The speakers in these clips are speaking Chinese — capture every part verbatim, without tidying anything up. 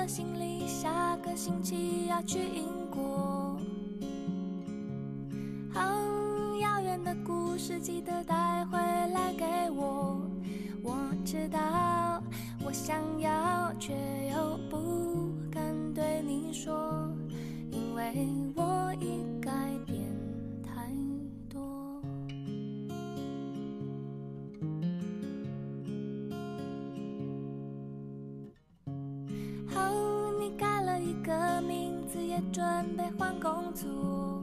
了行李，下个星期要去英国。好遥远的故事，记得带回来给我。我知道我想要，却又不敢对你说，因为我已改变太多。好，你改了一个名字，也准备换工作。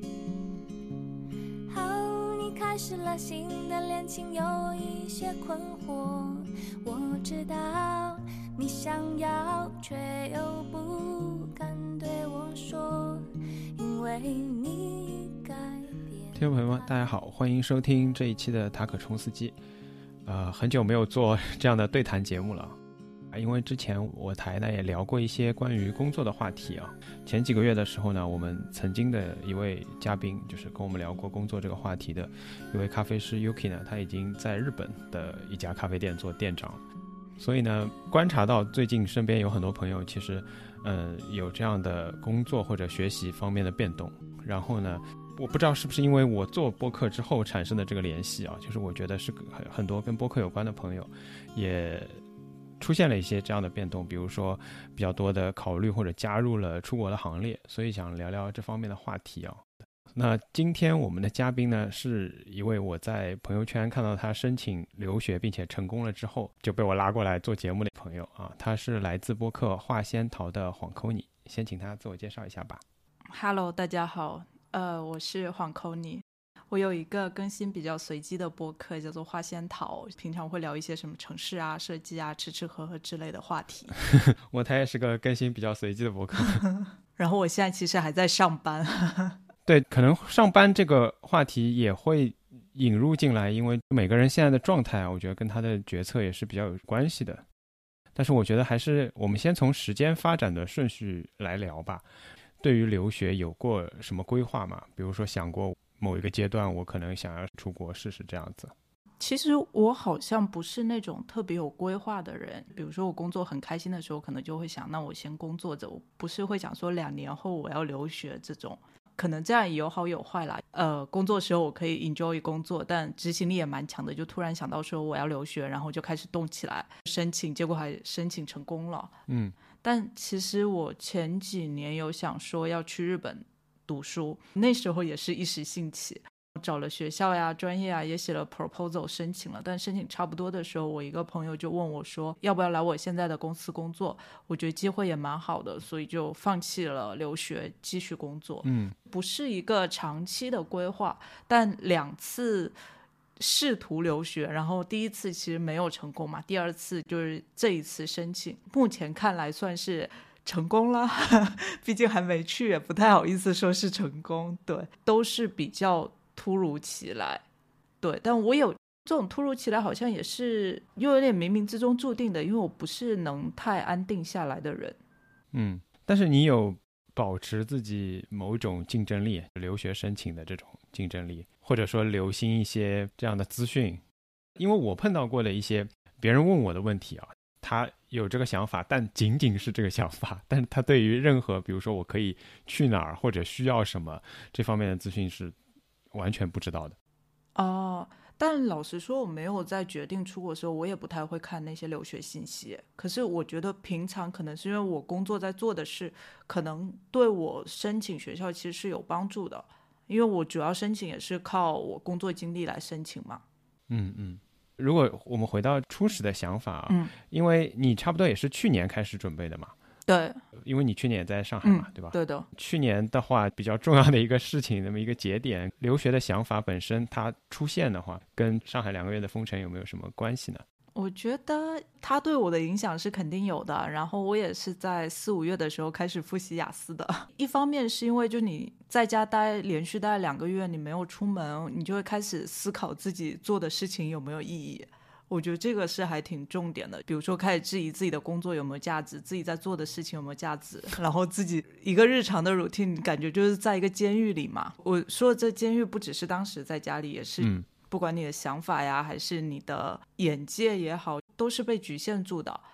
好，你开始了新的恋情，有一些困惑。我知道你想要，却又不敢对我说，因为你改变。 听众朋友们大家好，欢迎收听这一期的塔可冲司机。呃，很久没有做这样的对谈节目了，因为之前我台呢也聊过一些关于工作的话题啊。前几个月的时候呢，我们曾经的一位嘉宾，就是跟我们聊过工作这个话题的一位咖啡师 Yuki 呢，他已经在日本的一家咖啡店做店长。所以呢，观察到最近身边有很多朋友其实呃有这样的工作或者学习方面的变动。然后呢，我不知道是不是因为我做播客之后产生的这个联系啊，就是我觉得是很多跟播客有关的朋友也出现了一些这样的变动，比如说比较多的考虑或者加入了出国的行列，所以想聊聊这方面的话题啊。那今天我们的嘉宾呢，是一位我在朋友圈看到他申请留学并且成功了之后就被我拉过来做节目的朋友啊，他是来自播客画仙桃的黄扣尼，先请他自我介绍一下吧。 Hello， 大家好，呃，我是黄扣尼。我有一个更新比较随机的播客叫做画仙桃，平常会聊一些什么城市啊、设计啊、吃吃喝喝之类的话题。 我台也是个更新比较随机的播客。 然后我现在其实还在上班。 对，可能上班这个话题也会引入进来，因为每个人现在的状态啊，我觉得跟他的决策也是比较有关系的。但是我觉得还是我们先从时间发展的顺序来聊吧。对于留学有过什么规划吗？比如说想过某一个阶段我可能想要出国试试这样子。 其实我好像不是那种特别有规划的人，比如说我工作很开心的时候可能就会想那我先工作着，我不是会想说两年后我要留学这种。可能这样也有好有坏啦，呃，工作的时候我可以 enjoy 工作，但执行力也蛮强的，就突然想到说我要留学，然后就开始动起来申请，结果还申请成功了。 嗯， 但其实我前几年有想说要去日本读书，那时候也是一时兴起，找了学校呀、专业啊，也写了 proposal 申请了，但申请差不多的时候，我一个朋友就问我说要不要来我现在的公司工作，我觉得机会也蛮好的，所以就放弃了留学继续工作。 嗯， 不是一个长期的规划，但两次试图留学，然后第一次其实没有成功嘛，第二次就是这一次申请，目前看来算是成功了。毕竟还没去，也不太好意思说是成功。对，都是比较突如其来。对，但我有这种突如其来好像也是又有点冥冥之中注定的，因为我不是能太安定下来的人。 嗯，但是你有保持自己某种竞争力，留学申请的这种竞争力，或者说留心一些这样的资讯。因为我碰到过的一些别人问我的问题啊，他有这个想法，但仅仅是这个想法，但他对于任何比如说我可以去哪儿或者需要什么这方面的资讯是完全不知道的。 哦，但老实说我没有在决定出国的时候我也不太会看那些留学信息，可是我觉得平常可能是因为我工作在做的事可能对我申请学校其实是有帮助的，因为我主要申请也是靠我工作经历来申请嘛。 嗯嗯，如果我们回到初始的想法啊， 嗯， 因为你差不多也是去年开始准备的嘛。 对， 因为你去年也在上海嘛、嗯、对吧？ 对的。 去年的话比较重要的一个事情，那么一个节点，留学的想法本身它出现的话，跟上海两个月的封城有没有什么关系呢？ 我觉得它对我的影响是肯定有的，然后我也是在四五月的时候开始复习雅思的。一方面是因为就你在家待连续待两个月，你没有出门，你就会开始思考自己做的事情有没有意义，我觉得这个是还挺重点的。比如说开始质疑自己的工作有没有价值，自己在做的事情有没有价值，然后自己一个日常的 routine 感觉就是在一个监狱里嘛。我说的这监狱不只是当时在家里，也是、嗯不管你的想法呀还是你的眼界也好，都是被局限住的。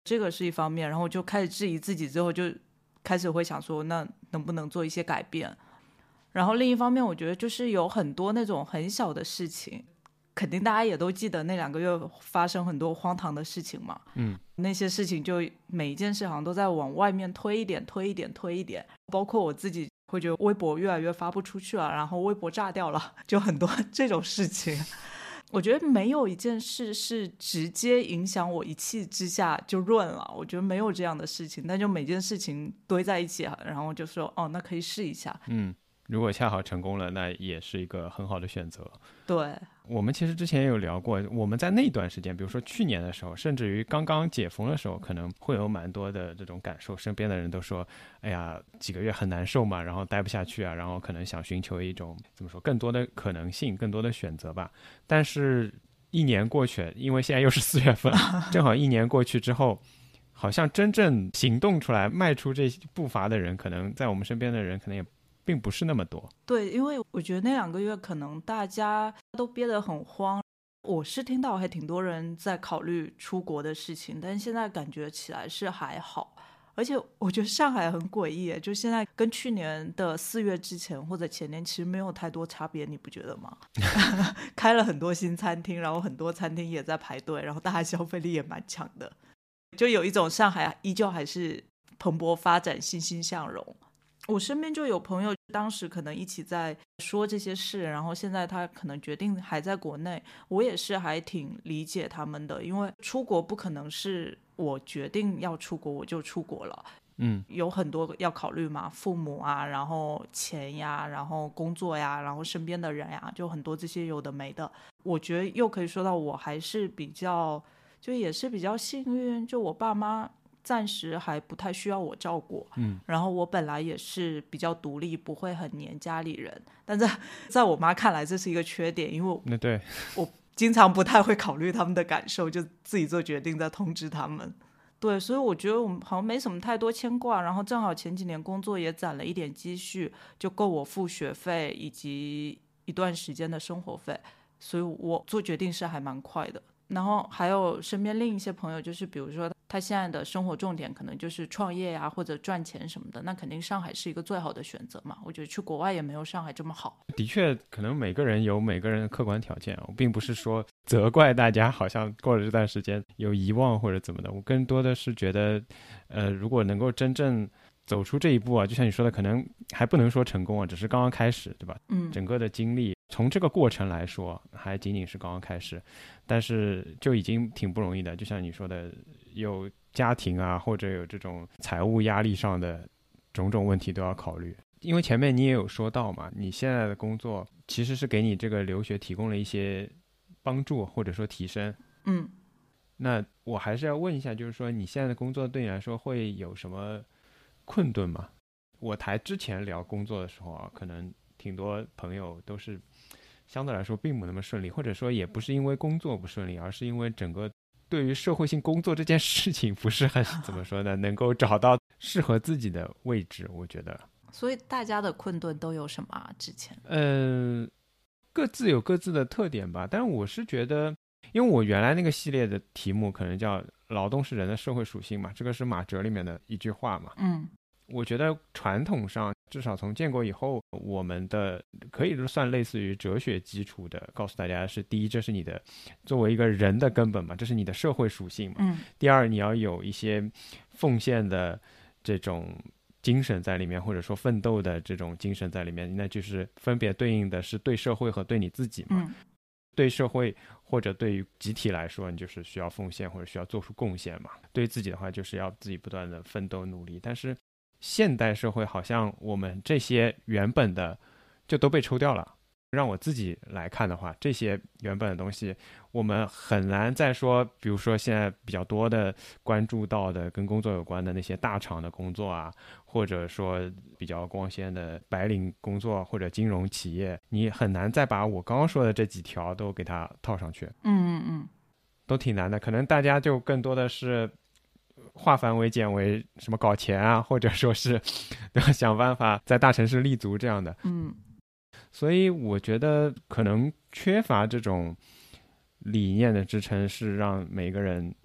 这个是一方面，然后就开始质疑自己，之后就开始会想说那能不能做一些改变。然后另一方面我觉得就是有很多那种很小的事情，肯定大家也都记得那两个月发生很多荒唐的事情嘛， 嗯， 那些事情就每一件事好像都在往外面推一点推一点推一点，包括我自己会觉得微博越来越发不出去了，然后微博炸掉了，就很多这种事情。我觉得没有一件事是直接影响我一气之下就润了，我觉得没有这样的事情，但就每件事情堆在一起，然后就说哦那可以试一下。 嗯，如果恰好成功了，那也是一个很好的选择。 对， 我们其实之前也有聊过，我们在那段时间比如说去年的时候，甚至于刚刚解封的时候，可能会有蛮多的这种感受，身边的人都说哎呀几个月很难受嘛，然后待不下去啊，然后可能想寻求一种怎么说更多的可能性，更多的选择吧。但是一年过去，因为现在又是四月份正好一年过去之后，好像真正行动出来迈出这步伐的人，可能在我们身边的人可能也并不是那么多。 对，因为我觉得那两个月可能大家都憋得很慌，我是听到还挺多人在考虑出国的事情，但是现在感觉起来是还好。而且我觉得上海很诡异，就现在跟去年的四月之前或者前年其实没有太多差别，你不觉得吗？开了很多新餐厅，然后很多餐厅也在排队，然后大家消费力也蛮强的，就有一种上海依旧还是蓬勃发展，欣欣向荣。我身边就有朋友当时可能一起在说这些事，然后现在他可能决定还在国内，我也是还挺理解他们的，因为出国不可能是我决定要出国我就出国了， 嗯， 有很多要考虑嘛，父母啊，然后钱呀，然后工作呀，然后身边的人呀，就很多这些有的没的。我觉得又可以说到我还是比较就也是比较幸运，就我爸妈暂时还不太需要我照顾， 嗯， 然后我本来也是比较独立，不会很黏家里人，但在在我妈看来这是一个缺点，因为那对我经常不太会考虑他们的感受，就自己做决定再通知他们。对，所以我觉得我们好像没什么太多牵挂，然后正好前几年工作也攒了一点积蓄，就够我付学费以及一段时间的生活费，所以我做决定是还蛮快的。然后还有身边另一些朋友，就是比如说他现在的生活重点可能就是创业呀、啊、或者赚钱什么的，那肯定上海是一个最好的选择嘛。我觉得去国外也没有上海这么好。 的确可能每个人有每个人的客观条件，我并不是说责怪大家好像过了这段时间有遗忘或者怎么的，我更多的是觉得呃，如果能够真正走出这一步啊，就像你说的可能还不能说成功啊，只是刚刚开始，对吧？ 嗯， 整个的经历从这个过程来说还仅仅是刚刚开始，但是就已经挺不容易的，就像你说的有家庭啊或者有这种财务压力上的种种问题都要考虑。因为前面你也有说到嘛，你现在的工作其实是给你这个留学提供了一些帮助或者说提升。 嗯， 那我还是要问一下，就是说你现在的工作对你来说会有什么困顿吗？我台之前聊工作的时候啊，可能挺多朋友都是相对来说并不那么顺利，或者说也不是因为工作不顺利，而是因为整个对于社会性工作这件事情不是很怎么说呢，能够找到适合自己的位置，我觉得。 所以大家的困顿都有什么啊？之前嗯、呃，各自有各自的特点吧，但是我是觉得因为我原来那个系列的题目可能叫劳动是人的社会属性嘛，这个是马哲里面的一句话嘛。 嗯， 我觉得传统上至少从建国以后，我们的可以算类似于哲学基础的告诉大家是，第一，这是你的作为一个人的根本嘛，这是你的社会属性嘛。 嗯， 第二，你要有一些奉献的这种精神在里面，或者说奋斗的这种精神在里面，那就是分别对应的是对社会和对你自己嘛。 嗯， 对社会或者对于集体来说，你就是需要奉献或者需要做出贡献嘛。对自己的话，就是要自己不断的奋斗努力。但是现代社会好像我们这些原本的就都被抽掉了。让我自己来看的话，这些原本的东西我们很难再说，比如说现在比较多的关注到的跟工作有关的那些大厂的工作啊，或者说比较光鲜的白领工作或者金融企业，你很难再把我刚刚说的这几条都给它套上去。 嗯嗯嗯， 都挺难的。可能大家就更多的是化繁为简为什么搞钱啊，或者说是想办法在大城市立足这样的。 嗯， 所以我觉得可能缺乏这种理念的支撑，是让每个人比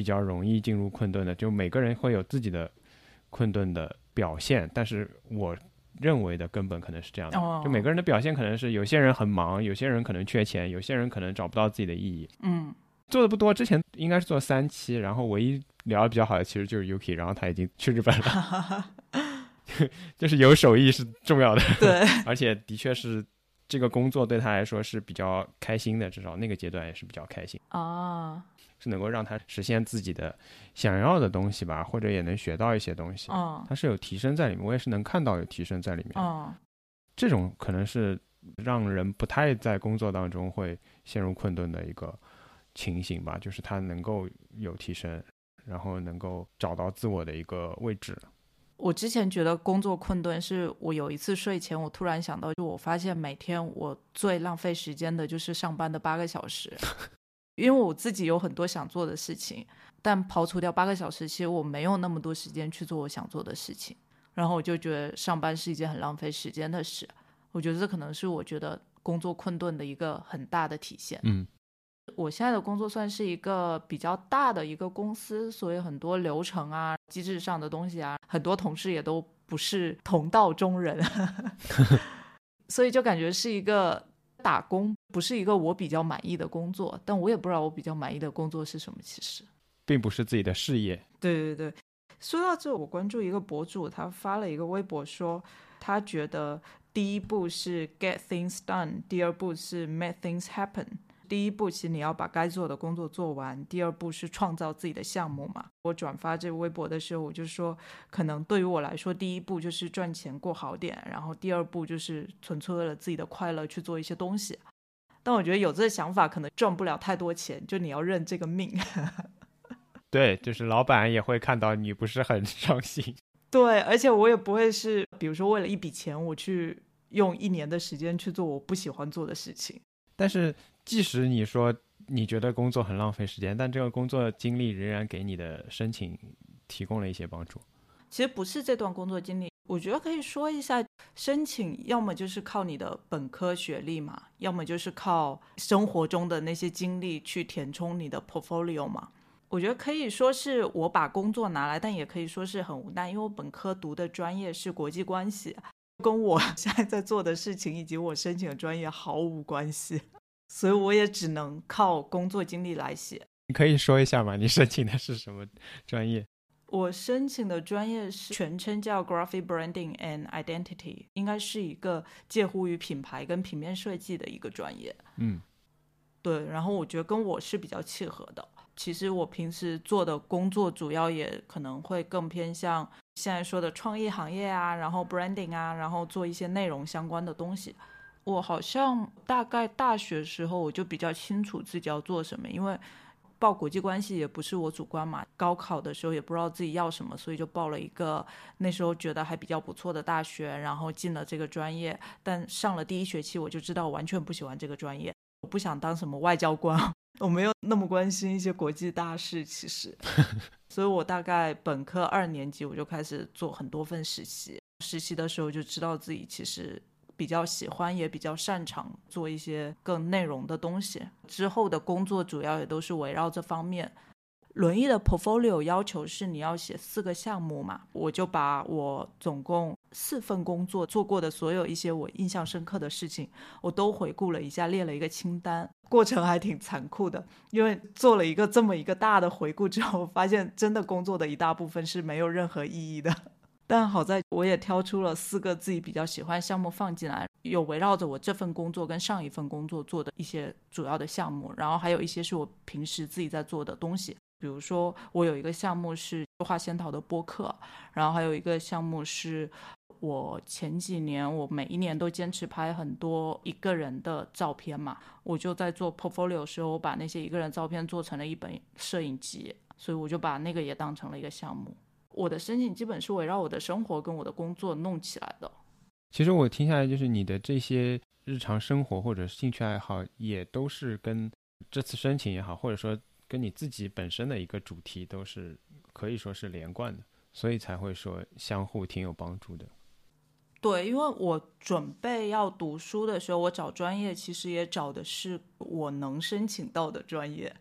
比较容易进入困顿的，就每个人会有自己的困顿的表现，但是我认为的根本可能是这样的、哦、就每个人的表现可能是有些人很忙，有些人可能缺钱，有些人可能找不到自己的意义。 嗯， 做的不多，之前应该是做三期，然后唯一聊的比较好的其实就是 Yuki， 然后他已经去日本了就是有手艺是重要的， 对而且的确是这个工作对他来说是比较开心的，至少那个阶段也是比较开心啊， 是能够让他实现自己的想要的东西吧，或者也能学到一些东西。 嗯， 他是有提升在里面，我也是能看到有提升在里面。 嗯， 这种可能是让人不太在工作当中会陷入困顿的一个情形吧，就是他能够有提升，然后能够找到自我的一个位置。 我之前觉得工作困顿是我有一次睡前我突然想到，就我发现每天我最浪费时间的就是上班的八个小时因为我自己有很多想做的事情，但刨除掉八个小时，其实我没有那么多时间去做我想做的事情，然后我就觉得上班是一件很浪费时间的事。我觉得这可能是我觉得工作困顿的一个很大的体现。 嗯， 我现在的工作算是一个比较大的一个公司，所以很多流程啊机制上的东西啊，很多同事也都不是同道中人所以就感觉是一个打工，不是一个我比较满意的工作，但我也不知道我比较满意的工作是什么，其实并不是自己的事业。 对对对，说到这我关注一个博主，他发了一个微博说他觉得第一步是 get things done， 第二步是 make things happen。第一步其实你要把该做的工作做完，第二步是创造自己的项目嘛。我转发这个微博的时候我就说，可能对于我来说第一步就是赚钱过好点，然后第二步就是纯粹为了自己的快乐去做一些东西。但我觉得有这个想法可能赚不了太多钱，就你要认这个命对，就是老板也会看到你不是很上心。 对，而且我也不会是比如说为了一笔钱我去用一年的时间去做我不喜欢做的事情。 但是即使你说你觉得工作很浪费时间，但这个工作经历仍然给你的申请提供了一些帮助。 其实不是这段工作经历，我觉得可以说一下，申请要么就是靠你的本科学历嘛，要么就是靠生活中的那些经历去填充你的 portfolio 嘛。我觉得可以说是我把工作拿来，但也可以说是很无奈，因为我本科读的专业是国际关系，跟我现在在做的事情以及我申请的专业毫无关系，所以我也只能靠工作经历来写。 你可以说一下吗？你申请的是什么专业？ 我申请的专业是全称叫 Graphic Branding and Identity， 应该是一个介乎于品牌跟平面设计的一个专业。 嗯， 对，然后我觉得跟我是比较契合的。其实我平时做的工作主要也可能会更偏向现在说的创意行业啊，然后 branding 啊，然后做一些内容相关的东西。我好像大概大学时候我就比较清楚自己要做什么，因为报国际关系也不是我主观嘛，高考的时候也不知道自己要什么，所以就报了一个那时候觉得还比较不错的大学，然后进了这个专业。但上了第一学期我就知道我完全不喜欢这个专业，我不想当什么外交官，我没有那么关心一些国际大事其实所以我大概本科二年级我就开始做很多份实习，实习的时候就知道自己其实比较喜欢也比较擅长做一些更内容的东西，之后的工作主要也都是围绕这方面。轮椅的 portfolio 要求是你要写四个项目嘛，我就把我总共四份工作做过的所有一些我印象深刻的事情我都回顾了一下，列了一个清单，过程还挺残酷的，因为做了一个这么一个大的回顾之后，发现真的工作的一大部分是没有任何意义的。但好在我也挑出了四个自己比较喜欢项目放进来，有围绕着我这份工作跟上一份工作做的一些主要的项目，然后还有一些是我平时自己在做的东西。比如说我有一个项目是画仙桃的播客，然后还有一个项目是我前几年我每一年都坚持拍很多一个人的照片嘛，我就在做 portfolio 的时候我把那些一个人照片做成了一本摄影集，所以我就把那个也当成了一个项目。我的申请基本是围绕我的生活跟我的工作弄起来的。 其实我听下来就是你的这些日常生活或者兴趣爱好也都是跟这次申请也好，或者说跟你自己本身的一个主题都是可以说是连贯的，所以才会说相互挺有帮助的。 对，因为我准备要读书的时候，我找专业其实也找的是我能申请到的专业。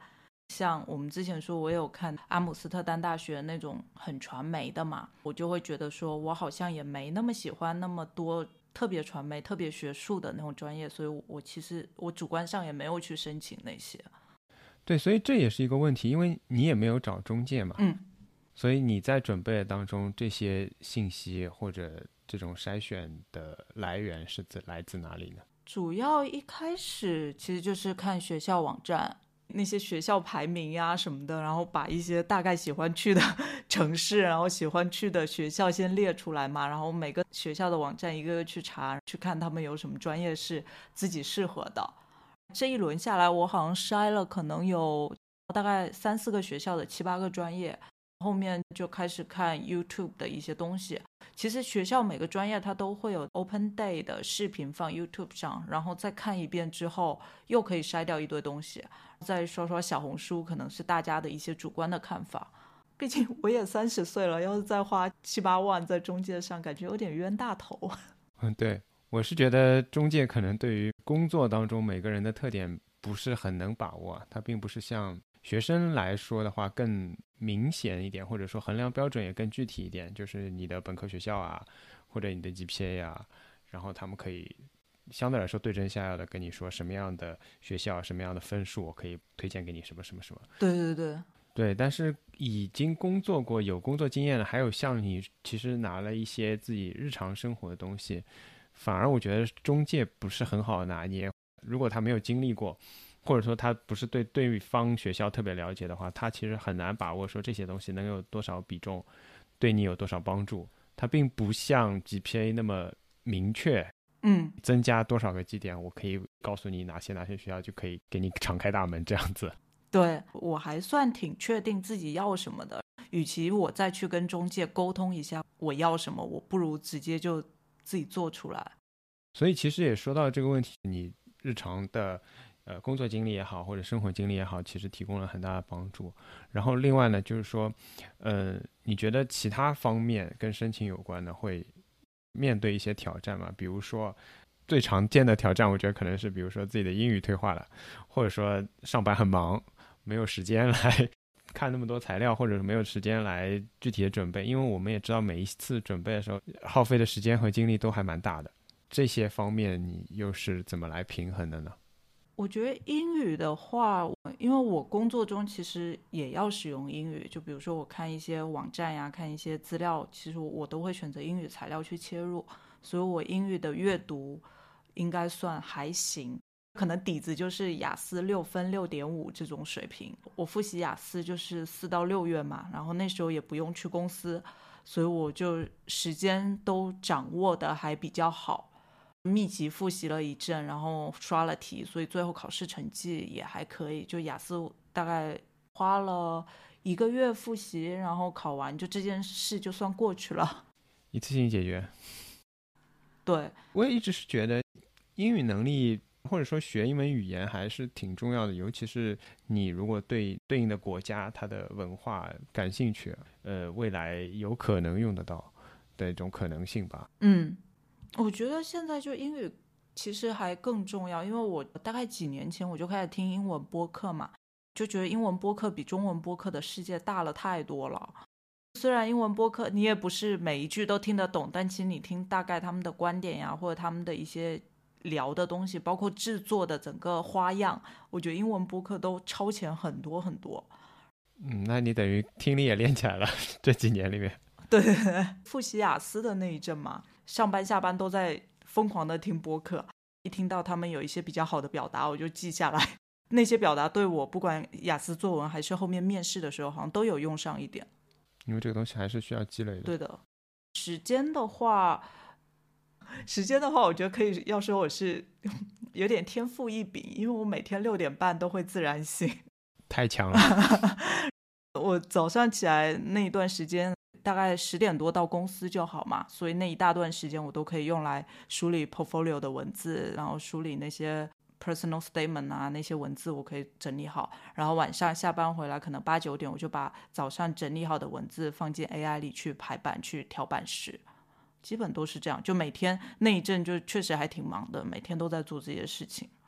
像我们之前说，我也有看阿姆斯特丹大学那种很传媒的嘛，我就会觉得说我好像也没那么喜欢那么多特别传媒特别学术的那种专业，所以我其实我主观上也没有去申请那些。 对，所以这也是一个问题，因为你也没有找中介嘛， 嗯， 所以你在准备当中这些信息或者这种筛选的来源是自来自哪里呢？ 主要一开始其实就是看学校网站那些学校排名呀什么的，然后把一些大概喜欢去的城市然后喜欢去的学校先列出来嘛，然后每个学校的网站一个个去查，去看他们有什么专业是自己适合的。这一轮下来我好像筛了可能有大概三四个学校的七八个专业，后面就开始看 YouTube 的一些东西。其实学校每个专业它都会有 Open Day 的视频放 YouTube 上，然后再看一遍之后又可以筛掉一堆东西，再刷刷小红书，可能是大家的一些主观的看法。毕竟我也三十岁了，要是再花七八万在中介上，感觉有点冤大头。 嗯，对，我是觉得中介可能对于工作当中每个人的特点不是很能把握，它并不是像学生来说的话更明显一点，或者说衡量标准也更具体一点，就是你的本科学校啊，或者你的 G P A 啊，然后他们可以相对来说对症下药的跟你说什么样的学校什么样的分数我可以推荐给你什么什么什么。 对对对对，但是已经工作过有工作经验了，还有像你其实拿了一些自己日常生活的东西，反而我觉得中介不是很好拿捏。如果他没有经历过，或者说他不是对对方学校特别了解的话，他其实很难把握说这些东西能有多少比重对你有多少帮助。它并不像 G P A 那么明确， 嗯， 增加多少个基点我可以告诉你哪些哪些学校就可以给你敞开大门这样子。 对，我还算挺确定自己要什么的，与其我再去跟中介沟通一下我要什么，我不如直接就自己做出来。 所以其实也说到这个问题，你日常的呃工作经历也好或者生活经历也好，其实提供了很大的帮助。然后另外呢就是说呃你觉得其他方面跟申请有关的会面对一些挑战吗？比如说最常见的挑战我觉得可能是比如说自己的英语退化了，或者说上班很忙没有时间来看那么多材料，或者是没有时间来具体的准备，因为我们也知道每一次准备的时候耗费的时间和精力都还蛮大的，这些方面你又是怎么来平衡的呢？ 我觉得英语的话，因为我工作中其实也要使用英语，就比如说我看一些网站呀，看一些资料，其实我都会选择英语材料去切入，所以我英语的阅读应该算还行，可能底子就是雅思六分六点五这种水平。我复习雅思就是四到六月嘛，然后那时候也不用去公司，所以我就时间都掌握的还比较好，密集复习了一阵，然后刷了题，所以最后考试成绩也还可以。就雅思大概花了一个月复习，然后考完，就这件事就算过去了， 一次性解决。 对， 我也一直是觉得英语能力或者说学一门语言还是挺重要的，尤其是你如果对对应的国家它的文化感兴趣，呃，未来有可能用得到的一种可能性吧。 嗯，我觉得现在就英语其实还更重要，因为我大概几年前我就开始听英文播客嘛，就觉得英文播客比中文播客的世界大了太多了。虽然英文播客你也不是每一句都听得懂，但其实你听大概他们的观点呀，或者他们的一些聊的东西，包括制作的整个花样，我觉得英文播客都超前很多很多。 嗯，那你等于听力也练起来了这几年里面。 对，复习雅思的那一阵嘛，上班下班都在疯狂的听播客，一听到他们有一些比较好的表达我就记下来，那些表达对我不管雅思作文还是后面面试的时候好像都有用上一点。 因为这个东西还是需要积累的。 对的，时间的话时间的话我觉得可以要说我是有点天赋异禀，因为我每天六点半都会自然醒。 太强了。 我早上起来那一段时间大概十点多到公司就好嘛，所以那一大段时间我都可以用来梳理 portfolio 的文字，然后梳理那些 personal statement 啊，那些文字我可以整理好，然后晚上下班回来可能八九点我就把早上整理好的文字放进 A I 里去排版去调版时，基本都是这样，就每天那一阵就确实还挺忙的，每天都在做这些事情。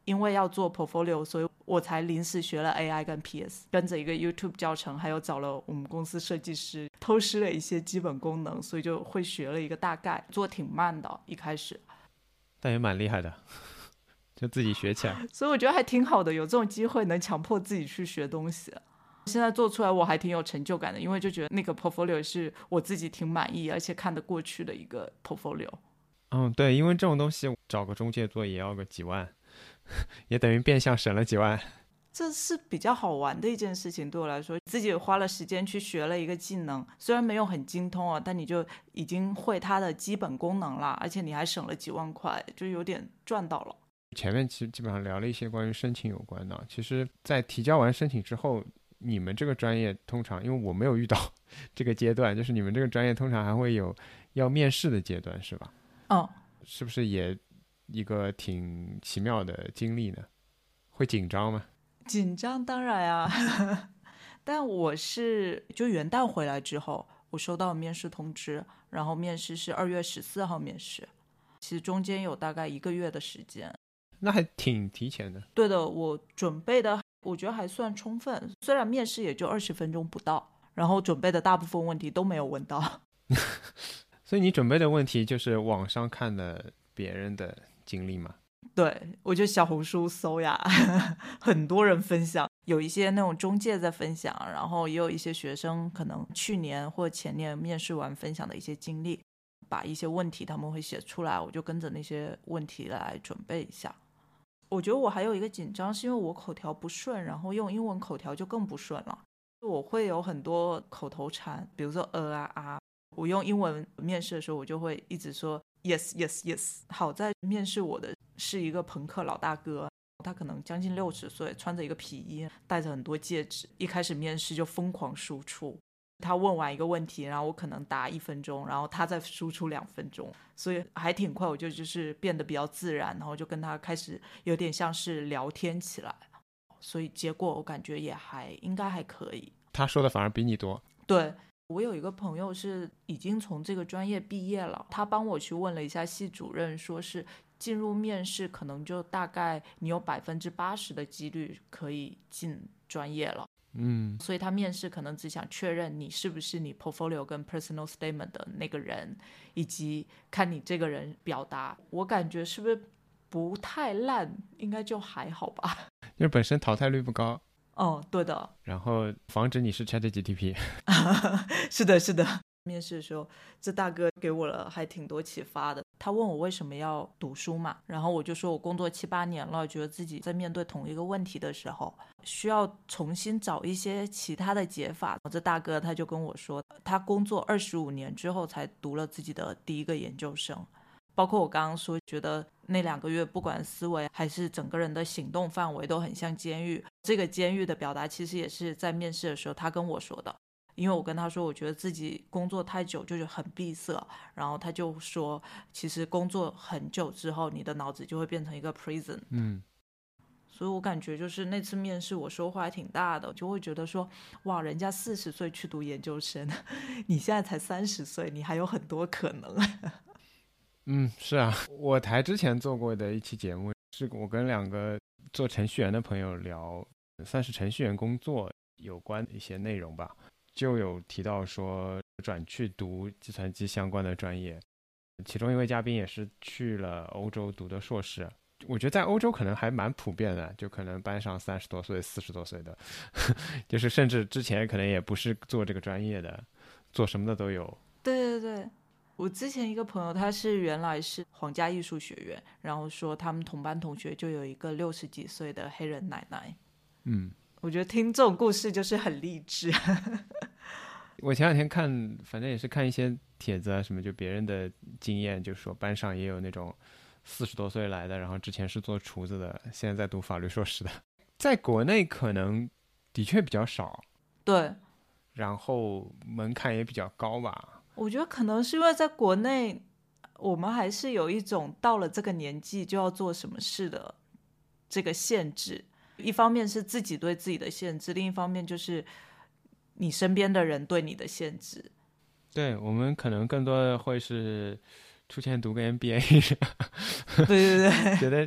因为要做 portfolio， 所以我才临时学了 A I 跟 P S， 跟着一个 YouTube 教程，还有找了我们公司设计师偷师了一些基本功能，所以就会学了一个大概，做挺慢的一开始， 但也蛮厉害的，就自己学起来。 所以我觉得还挺好的，有这种机会能强迫自己去学东西。现在做出来我还挺有成就感的，因为就觉得那个 portfolio 是我自己挺满意而且看得过去的一个 portfolio。 嗯，对，因为这种东西找个中介做也要个几万，也等于变相省了几万。 这是比较好玩的一件事情，对我来说，自己花了时间去学了一个技能，虽然没有很精通啊，但你就已经会它的基本功能了，而且你还省了几万块，就有点赚到了。 前面其实基本上聊了一些关于申请有关的，其实在提交完申请之后，你们这个专业通常，因为我没有遇到这个阶段，就是你们这个专业通常还会有要面试的阶段，是吧？ 嗯， 是不是也一个挺奇妙的经历呢？会紧张吗？ 紧张当然啊但我是就元旦回来之后，我收到面试通知，然后面试是二月十四号面试，其实中间有大概一个月的时间。 那还挺提前的。 对的，我准备的我觉得还算充分，虽然面试也就二十分钟不到，然后准备的大部分问题都没有问到所以你准备的问题就是网上看的别人的经历吗？ 对，我就小红书搜呀很多人分享，有一些那种中介在分享，然后也有一些学生可能去年或前年面试完分享的一些经历，把一些问题他们会写出来，我就跟着那些问题来准备一下。我觉得我还有一个紧张是因为我口条不顺，然后用英文口条就更不顺了，我会有很多口头禅，比如说呃啊啊，我用英文面试的时候我就会一直说 yes yes yes。 好在面试我的是一个朋克老大哥，他可能将近六十岁，穿着一个皮衣，戴着很多戒指，一开始面试就疯狂输出，他问完一个问题，然后我可能答一分钟，然后他再输出两分钟，所以还挺快，我就就是变得比较自然，然后就跟他开始有点像是聊天起来，所以结果我感觉也还应该还可以。 他说的反而比你多。 对，我有一个朋友是已经从这个专业毕业了，他帮我去问了一下系主任，说是进入面试可能就大概你有百分之八十的几率可以进专业了。 嗯， 所以他面试可能只想确认你是不是你 portfolio 跟 personal statement 的那个人，以及看你这个人表达，我感觉是不是不太烂，应该就还好吧。 因为本身淘汰率不高。 哦，对的。 然后防止你是 ChatGPT。 是的是的，面试的时候这大哥给我了还挺多启发的，他问我为什么要读书嘛，然后我就说我工作七八年了，觉得自己在面对同一个问题的时候需要重新找一些其他的解法。这大哥他就跟我说，他工作二十五年之后才读了自己的第一个研究生，包括我刚刚说觉得那两个月不管思维还是整个人的行动范围都很像监狱，这个监狱的表达其实也是在面试的时候他跟我说的，因为我跟他说我觉得自己工作太久就是很闭塞，然后他就说其实工作很久之后你的脑子就会变成一个 prison。 嗯， 所以我感觉就是那次面试我收获还挺大的，就会觉得说哇，人家四十岁去读研究生，你现在才三十岁，你还有很多可能。 嗯，是啊，我台之前做过的一期节目，是我跟两个做程序员的朋友聊，算是程序员工作有关的一些内容吧，就有提到说转去读计算机相关的专业，其中一位嘉宾也是去了欧洲读的硕士。我觉得在欧洲可能还蛮普遍的，就可能班上三十多岁、四十多岁的，就是甚至之前可能也不是做这个专业的，做什么的都有。 对对对，我之前一个朋友他是原来是皇家艺术学院，然后说他们同班同学就有一个六十几岁的黑人奶奶。 嗯， 我觉得听这种故事就是很励志。 我前两天看，反正也是看一些帖子啊什么，就别人的经验，就说班上也有那种四十多岁来的，然后之前是做厨子的，现在在读法律硕士的。在国内可能的确比较少， 对， 然后门槛也比较高吧。 我觉得可能是因为在国内我们还是有一种到了这个年纪就要做什么事的这个限制，一方面是自己对自己的限制，另一方面就是你身边的人对你的限制。 对，我们可能更多的会是出钱读个 M B A。 对对对， 觉得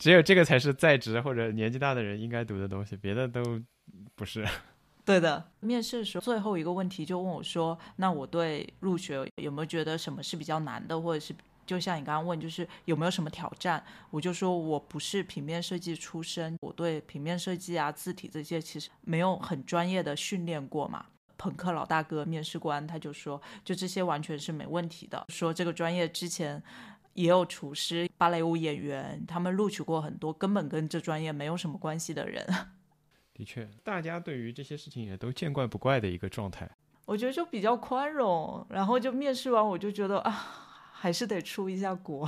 只有这个才是在职或者年纪大的人应该读的东西，别的都不是。 对的，面试的时候最后一个问题就问我说，那我对入学有没有觉得什么是比较难的，或者是就像你刚刚问，就是有没有什么挑战。我就说我不是平面设计出身，我对平面设计啊字体这些其实没有很专业的训练过嘛。朋克老大哥面试官他就说，就这些完全是没问题的，说这个专业之前也有厨师、芭蕾舞演员，他们录取过很多根本跟这专业没有什么关系的人。 的确，大家对于这些事情也都见怪不怪的一个状态。 我觉得就比较宽容，然后就面试完我就觉得啊，还是得出一下国。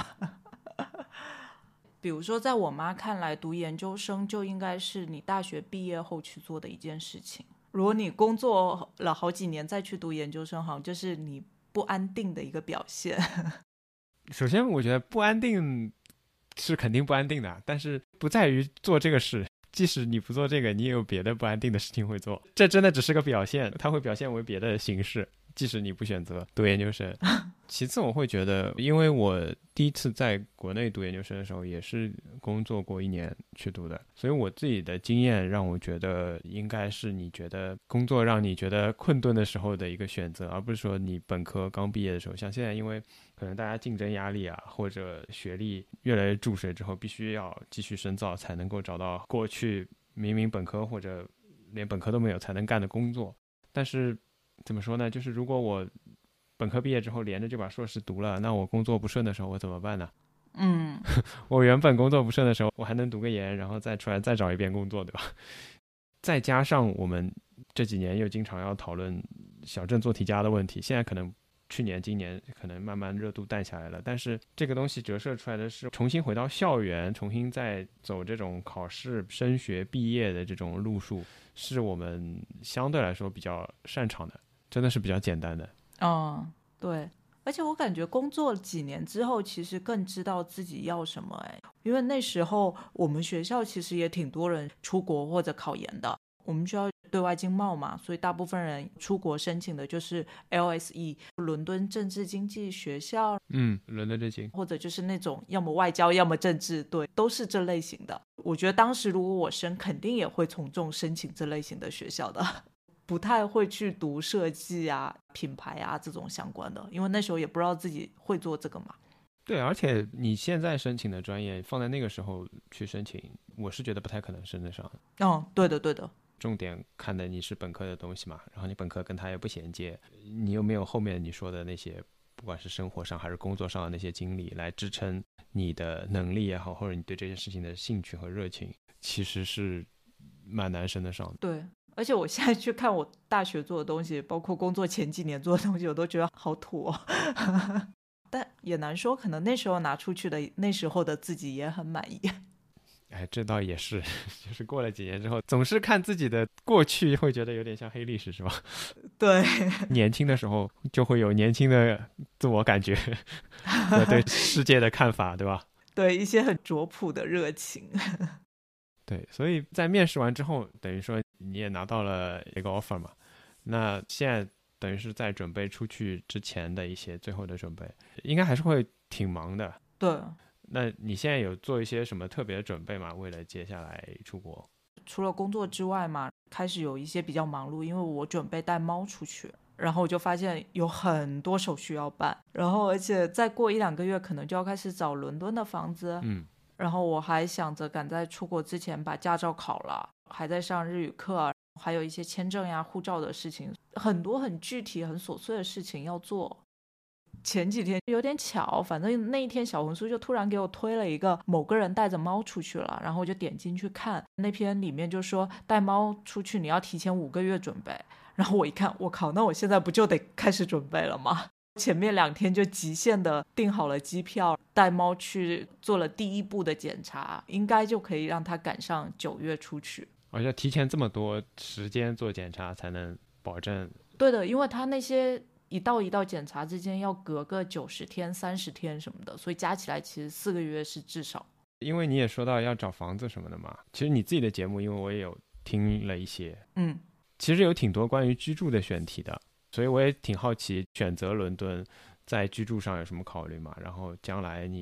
比如说在我妈看来，读研究生就应该是你大学毕业后去做的一件事情，如果你工作了好几年再去读研究生，好像就是你不安定的一个表现。 首先我觉得不安定是肯定不安定的，但是不在于做这个事，即使你不做这个，你也有别的不安定的事情会做，这真的只是个表现，它会表现为别的形式，即使你不选择读研究生。其次我会觉得，因为我第一次在国内读研究生的时候也是工作过一年去读的，所以我自己的经验让我觉得应该是你觉得工作让你觉得困顿的时候的一个选择，而不是说你本科刚毕业的时候，像现在因为可能大家竞争压力啊，或者学历越来越注水之后，必须要继续深造才能够找到过去明明本科或者连本科都没有才能干的工作。但是怎么说呢，就是如果我本科毕业之后连着就把硕士读了，那我工作不顺的时候我怎么办呢？ 嗯， 我原本工作不顺的时候我还能读个研，然后再出来再找一遍工作，对吧？再加上我们这几年又经常要讨论小镇做题家的问题，现在可能去年今年可能慢慢热度淡下来了，但是这个东西折射出来的是重新回到校园，重新再走这种考试升学毕业的这种路数，是我们相对来说比较擅长的，真的是比较简单的。 嗯，对，而且我感觉工作几年之后其实更知道自己要什么。哎，因为那时候我们学校其实也挺多人出国或者考研的，我们学校对外经贸嘛，所以大部分人出国申请的就是 L S E 伦敦政治经济学校， 嗯，伦敦政经， 或者就是那种要么外交要么政治，对，都是这类型的。我觉得当时如果我申，肯定也会从众申请这类型的学校的，不太会去读设计啊、品牌啊这种相关的，因为那时候也不知道自己会做这个嘛。 对，而且你现在申请的专业放在那个时候去申请，我是觉得不太可能升得上。 嗯，对的对的， 重点看的你是本科的东西嘛，然后你本科跟它也不衔接，你又没有后面你说的那些不管是生活上还是工作上的那些经历来支撑你的能力也好，或者你对这件事情的兴趣和热情，其实是蛮难升得上的。 对，而且我现在去看我大学做的东西，包括工作前几年做的东西，我都觉得好土哦。但也难说，可能那时候拿出去的那时候的自己也很满意。 哎，这倒也是，就是过了几年之后，总是看自己的过去会觉得有点像黑历史，是吧？ 对， 年轻的时候就会有年轻的自我感觉和对世界的看法，对吧？ 对，一些很拙朴的热情。 对，所以在面试完之后，等于说你也拿到了一个 offer 嘛，那现在等于是在准备出去之前的一些最后的准备，应该还是会挺忙的。 对， 那你现在有做一些什么特别的准备吗？为了接下来出国？ 除了工作之外嘛，开始有一些比较忙碌，因为我准备带猫出去，然后我就发现有很多手续要办，然后而且再过一两个月可能就要开始找伦敦的房子。 嗯， 然后我还想着赶在出国之前把驾照考了，还在上日语课，还有一些签证呀、护照的事情，很多很具体、很琐碎的事情要做。前几天有点巧，反正那一天小红书就突然给我推了一个某个人带着猫出去了，然后我就点进去看，那篇里面就说带猫出去你要提前五个月准备，然后我一看，我靠，那我现在不就得开始准备了吗？前面两天就极限的订好了机票，带猫去做了第一步的检查，应该就可以让它赶上九月出去。 而且提前这么多时间做检查才能保证。 对的，因为它那些一道一道检查之间要隔个九十天、三十天什么的，所以加起来其实四个月是至少。 因为你也说到要找房子什么的嘛，其实你自己的节目，因为我也有听了一些， 嗯， 其实有挺多关于居住的选题的，所以我也挺好奇选择伦敦在居住上有什么考虑嘛，然后将来你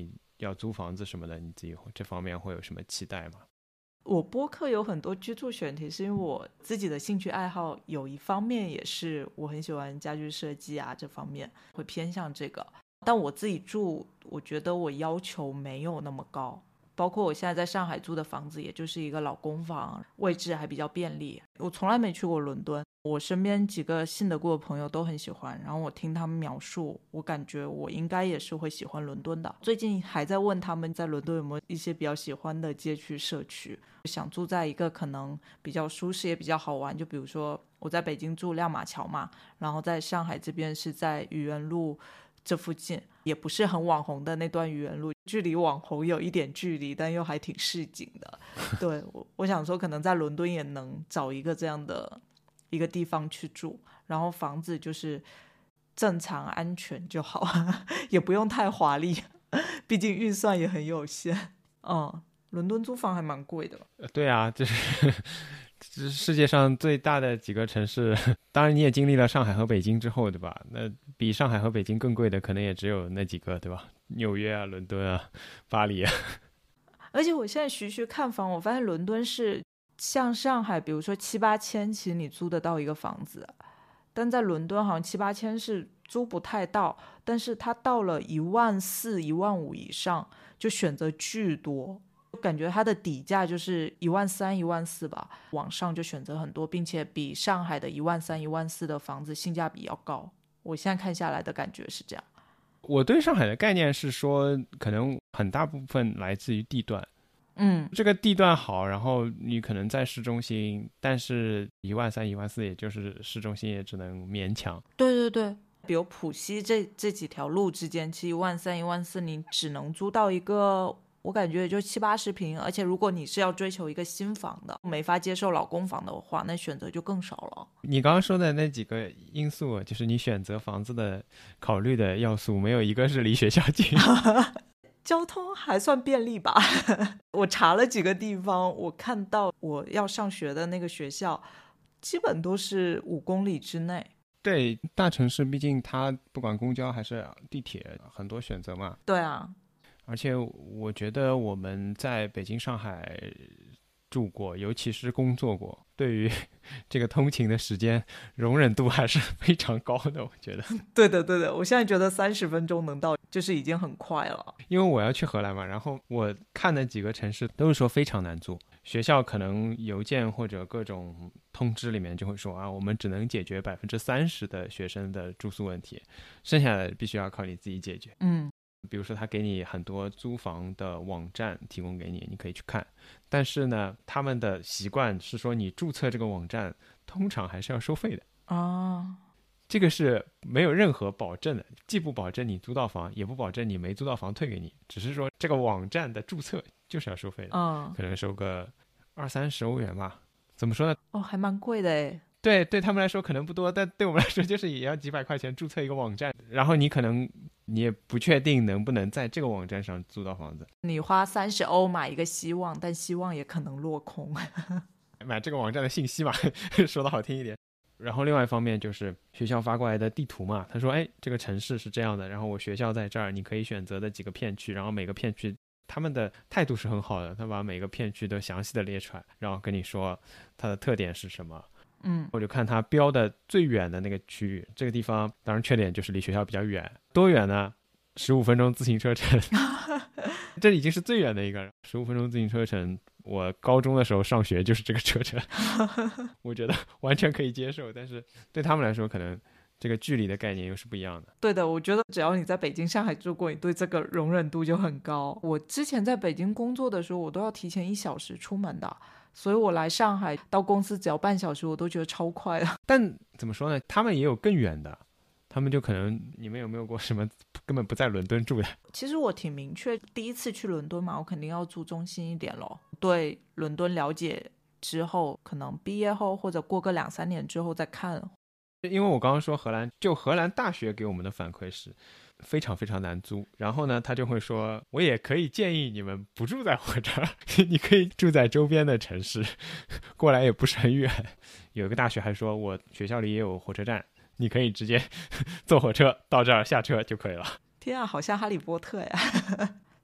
要租房子什么的，你自己这方面会有什么期待吗？ 我播客有很多居住选题，是因为我自己的兴趣爱好有一方面也是我很喜欢家居设计啊，这方面会偏向这个。但我自己住，我觉得我要求没有那么高，包括我现在在上海租的房子，也就是一个老公房，位置还比较便利。我从来没去过伦敦，我身边几个信得过的朋友都很喜欢，然后我听他们描述，我感觉我应该也是会喜欢伦敦的。最近还在问他们在伦敦有没有一些比较喜欢的街区社区，想住在一个可能比较舒适也比较好玩，就比如说我在北京住亮马桥嘛，然后在上海这边是在愚园路这附近，也不是很网红的那段愚园路，距离网红有一点距离，但又还挺市井的。对，我我想说可能在伦敦也能找一个这样的一个地方去住，然后房子就是正常安全就好，也不用太华丽，毕竟预算也很有限。嗯，伦敦租房还蛮贵的。 对啊，就是这世界上最大的几个城市，当然你也经历了上海和北京之后，对吧？那比上海和北京更贵的可能也只有那几个，对吧？纽约啊，伦敦啊，巴黎啊。 而且我现在徐徐看房，我发现伦敦是像上海比如说七八千其实你租得到一个房子，但在伦敦好像七八千是租不太到，但是它到了一万四一万五以上就选择巨多，感觉它的底价就是一万三一万四吧，网上就选择很多，并且比上海的一万三一万四的房子性价比要高，我现在看下来的感觉是这样。 我对上海的概念是说可能很大部分来自于地段， 嗯， 这个地段好，然后你可能在市中心，但是一万三一万四也就是市中心也只能勉强。 对对对，比如浦西这这几条路之间，其实一万三一万四你只能租到一个，我感觉也就七八十平，而且如果你是要追求一个新房的，没法接受老公房的话，那选择就更少了。 你刚刚说的那几个因素，就是你选择房子的考虑的要素，没有一个是离学校近。 交通还算便利吧。我查了几个地方，我看到我要上学的那个学校基本都是五公里之内。 对，大城市毕竟它不管公交还是地铁很多选择嘛。 对啊， 而且我觉得我们在北京上海住过，尤其是工作过，对于这个通勤的时间容忍度还是非常高的，我觉得。 对的对的，我现在觉得三十分钟能到就是已经很快了。 因为我要去荷兰嘛，然后我看的几个城市都是说非常难租，学校可能邮件或者各种通知里面就会说啊，我们只能解决百分之三十的学生的住宿问题，剩下的必须要靠你自己解决。 嗯， 比如说他给你很多租房的网站提供给你，你可以去看，但是呢他们的习惯是说你注册这个网站通常还是要收费的啊， 这个是没有任何保证的，既不保证你租到房，也不保证你没租到房退给你，只是说这个网站的注册就是要收费的， 嗯， 可能收个二三十欧元吧。怎么说呢？ 哦，还蛮贵的诶。 对，对他们来说可能不多，但对我们来说就是也要几百块钱注册一个网站，然后你可能你也不确定能不能在这个网站上租到房子。 你花三十欧买一个希望，但希望也可能落空。 买这个网站的信息嘛，说的好听一点。然后另外一方面就是学校发过来的地图嘛，他说哎，这个城市是这样的，然后我学校在这儿，你可以选择的几个片区，然后每个片区他们的态度是很好的，他把每个片区都详细的列出来，然后跟你说它的特点是什么。 嗯， 我就看它标的最远的那个区域，这个地方当然缺点就是离学校比较远，多远呢？十五分钟自行车程。这已经是最远的一个十五分钟自行车程，我高中的时候上学就是这个车程。我觉得完全可以接受，但是对他们来说可能这个距离的概念又是不一样的。 对的，我觉得只要你在北京上海住过，你对这个容忍度就很高。我之前在北京工作的时候，我都要提前一小时出门的，所以我来上海到公司只要半小时，我都觉得超快了。 但怎么说呢，他们也有更远的，他们就可能，你们有没有过什么根本不在伦敦住的？ 其实我挺明确，第一次去伦敦嘛，我肯定要住中心一点咯。对伦敦了解之后，可能毕业后或者过个两三年之后再看。 因为我刚刚说荷兰，就荷兰大学给我们的反馈是非常非常难租，然后呢他就会说我也可以建议你们不住在我这儿，你可以住在周边的城市，过来也不是很远。有一个大学还说我学校里也有火车站，你可以直接坐火车到这儿下车就可以了。 天啊，好像哈利波特呀。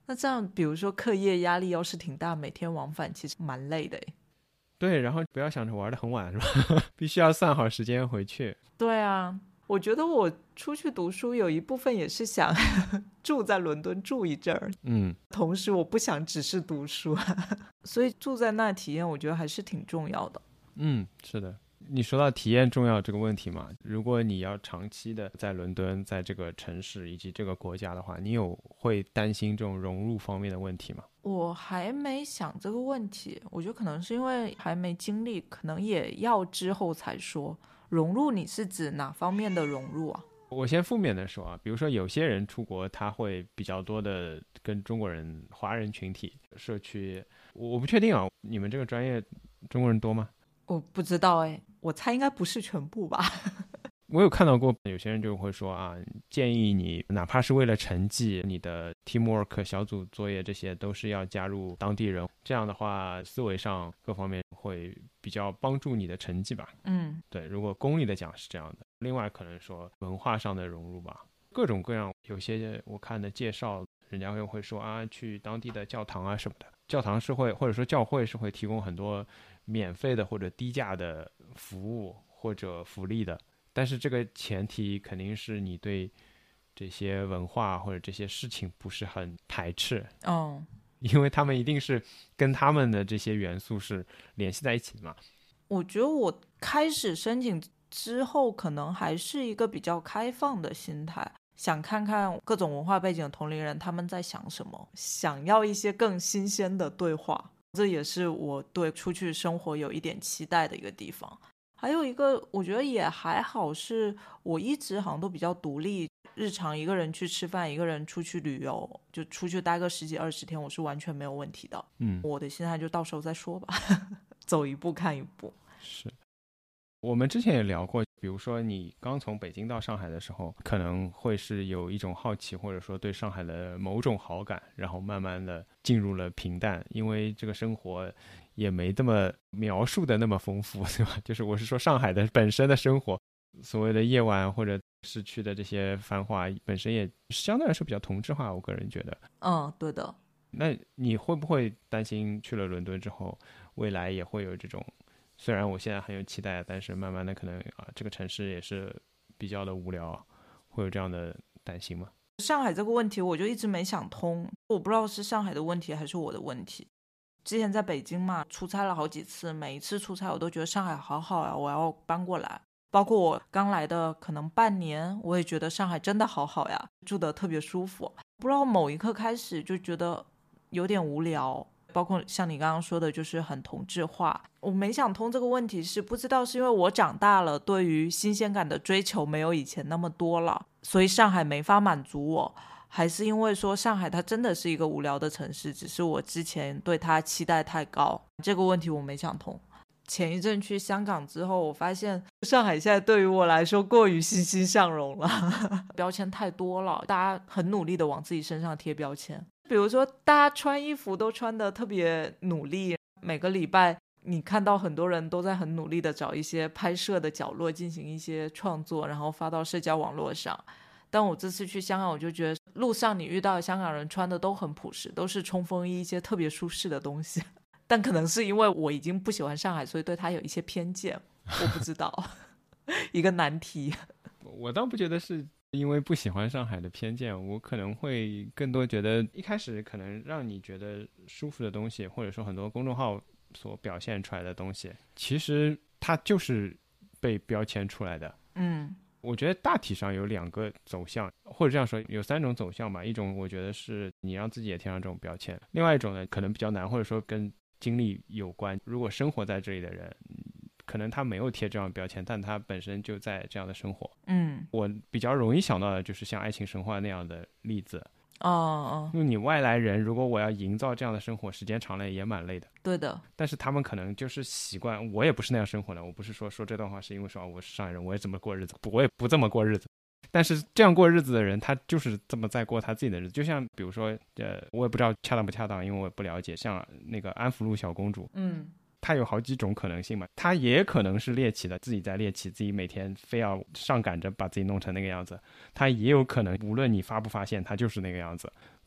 那这样比如说课业压力要是挺大，每天往返其实蛮累的诶。 对，然后不要想着玩得很晚是吧必须要算好时间回去。 对啊，我觉得我出去读书有一部分也是想住在伦敦住一阵儿， 嗯， 同时我不想只是读书所以住在那体验我觉得还是挺重要的。 嗯，是的。你说到体验重要这个问题嘛，如果你要长期的在伦敦，在这个城市以及这个国家的话，你有会担心这种融入方面的问题吗？ 我还没想这个问题，我觉得可能是因为还没经历，可能也要之后才说。融入你是指哪方面的融入啊？ 我先负面的说啊，比如说有些人出国他会比较多的跟中国人华人群体社区，我不确定啊，你们这个专业中国人多吗？ 我不知道哎，我猜应该不是全部吧我有看到过有些人就会说啊，建议你哪怕是为了成绩，你的 teamwork 小组作业这些都是要加入当地人，这样的话思维上各方面会比较帮助你的成绩吧。 嗯， 对，如果功利的讲是这样的。另外可能说文化上的融入吧，各种各样，有些我看的介绍人家会会说啊，去当地的教堂啊什么的，教堂是会或者说教会是会提供很多免费的或者低价的服务或者福利的，但是这个前提肯定是你对这些文化或者这些事情不是很排斥哦， 因为他们一定是跟他们的这些元素是联系在一起的嘛。 我觉得我开始申请之后可能还是一个比较开放的心态，想看看各种文化背景的同龄人他们在想什么，想要一些更新鲜的对话，这也是我对出去生活有一点期待的一个地方。还有一个我觉得也还好，是我一直好像都比较独立，日常一个人去吃饭，一个人出去旅游，就出去待个十几二十天，我是完全没有问题的。 嗯， 我的心态就到时候再说吧走一步看一步。 是，我们之前也聊过，比如说你刚从北京到上海的时候，可能会是有一种好奇，或者说对上海的某种好感，然后慢慢的进入了平淡，因为这个生活也没这么描述的那么丰富，对吧？就是我是说上海的本身的生活，所谓的夜晚或者市区的这些繁华本身也相对来说比较同质化，我个人觉得。 嗯，对的。 那你会不会担心去了伦敦之后，未来也会有这种，虽然我现在很有期待，但是慢慢的可能啊，这个城市也是比较的无聊，会有这样的担心吗？ 上海这个问题我就一直没想通，我不知道是上海的问题还是我的问题。之前在北京嘛，出差了好几次，每一次出差我都觉得上海好好呀，我要搬过来。包括我刚来的可能半年，我也觉得上海真的好好呀，住得特别舒服。不知道某一刻开始就觉得有点无聊，包括像你刚刚说的就是很同质化。我没想通这个问题，是不知道是因为我长大了，对于新鲜感的追求没有以前那么多了，所以上海没法满足我，还是因为说上海它真的是一个无聊的城市，只是我之前对它期待太高。这个问题我没想通。前一阵去香港之后，我发现上海现在对于我来说过于欣欣向荣了标签太多了，大家很努力的往自己身上贴标签。比如说大家穿衣服都穿得特别努力，每个礼拜你看到很多人都在很努力的找一些拍摄的角落进行一些创作，然后发到社交网络上。但我这次去香港，我就觉得路上你遇到的香港人穿的都很朴实，都是冲锋衣，一些特别舒适的东西。但可能是因为我已经不喜欢上海，所以对他有一些偏见，我不知道一个难题。 我倒不觉得是因为不喜欢上海的偏见，我可能会更多觉得一开始可能让你觉得舒服的东西，或者说很多公众号所表现出来的东西，其实它就是被标签出来的。 嗯， 我觉得大体上有两个走向，或者这样说有三种走向吧。一种我觉得是你让自己也贴上这种标签，另外一种呢可能比较难，或者说跟经历有关。如果生活在这里的人，可能他没有贴这样的标签，但他本身就在这样的生活。 嗯， 我比较容易想到的就是像爱情神话那样的例子。 哦哦， 因为你外来人，如果我要营造这样的生活，时间长了也蛮累的。 对的。 但是他们可能就是习惯，我也不是那样生活的。我不是说说这段话是因为说我是上海人，我也这么过日子，我也不这么过日子。但是这样过日子的人，他就是这么在过他自己的日子。就像比如说呃，我也不知道恰当不恰当，因为我也不了解，像那个安福路小公主， 嗯， 她有好几种可能性嘛。她也可能是猎奇的，自己在猎奇，自己每天非要上赶着把自己弄成那个样子。她也有可能无论你发不发现，她就是那个样子。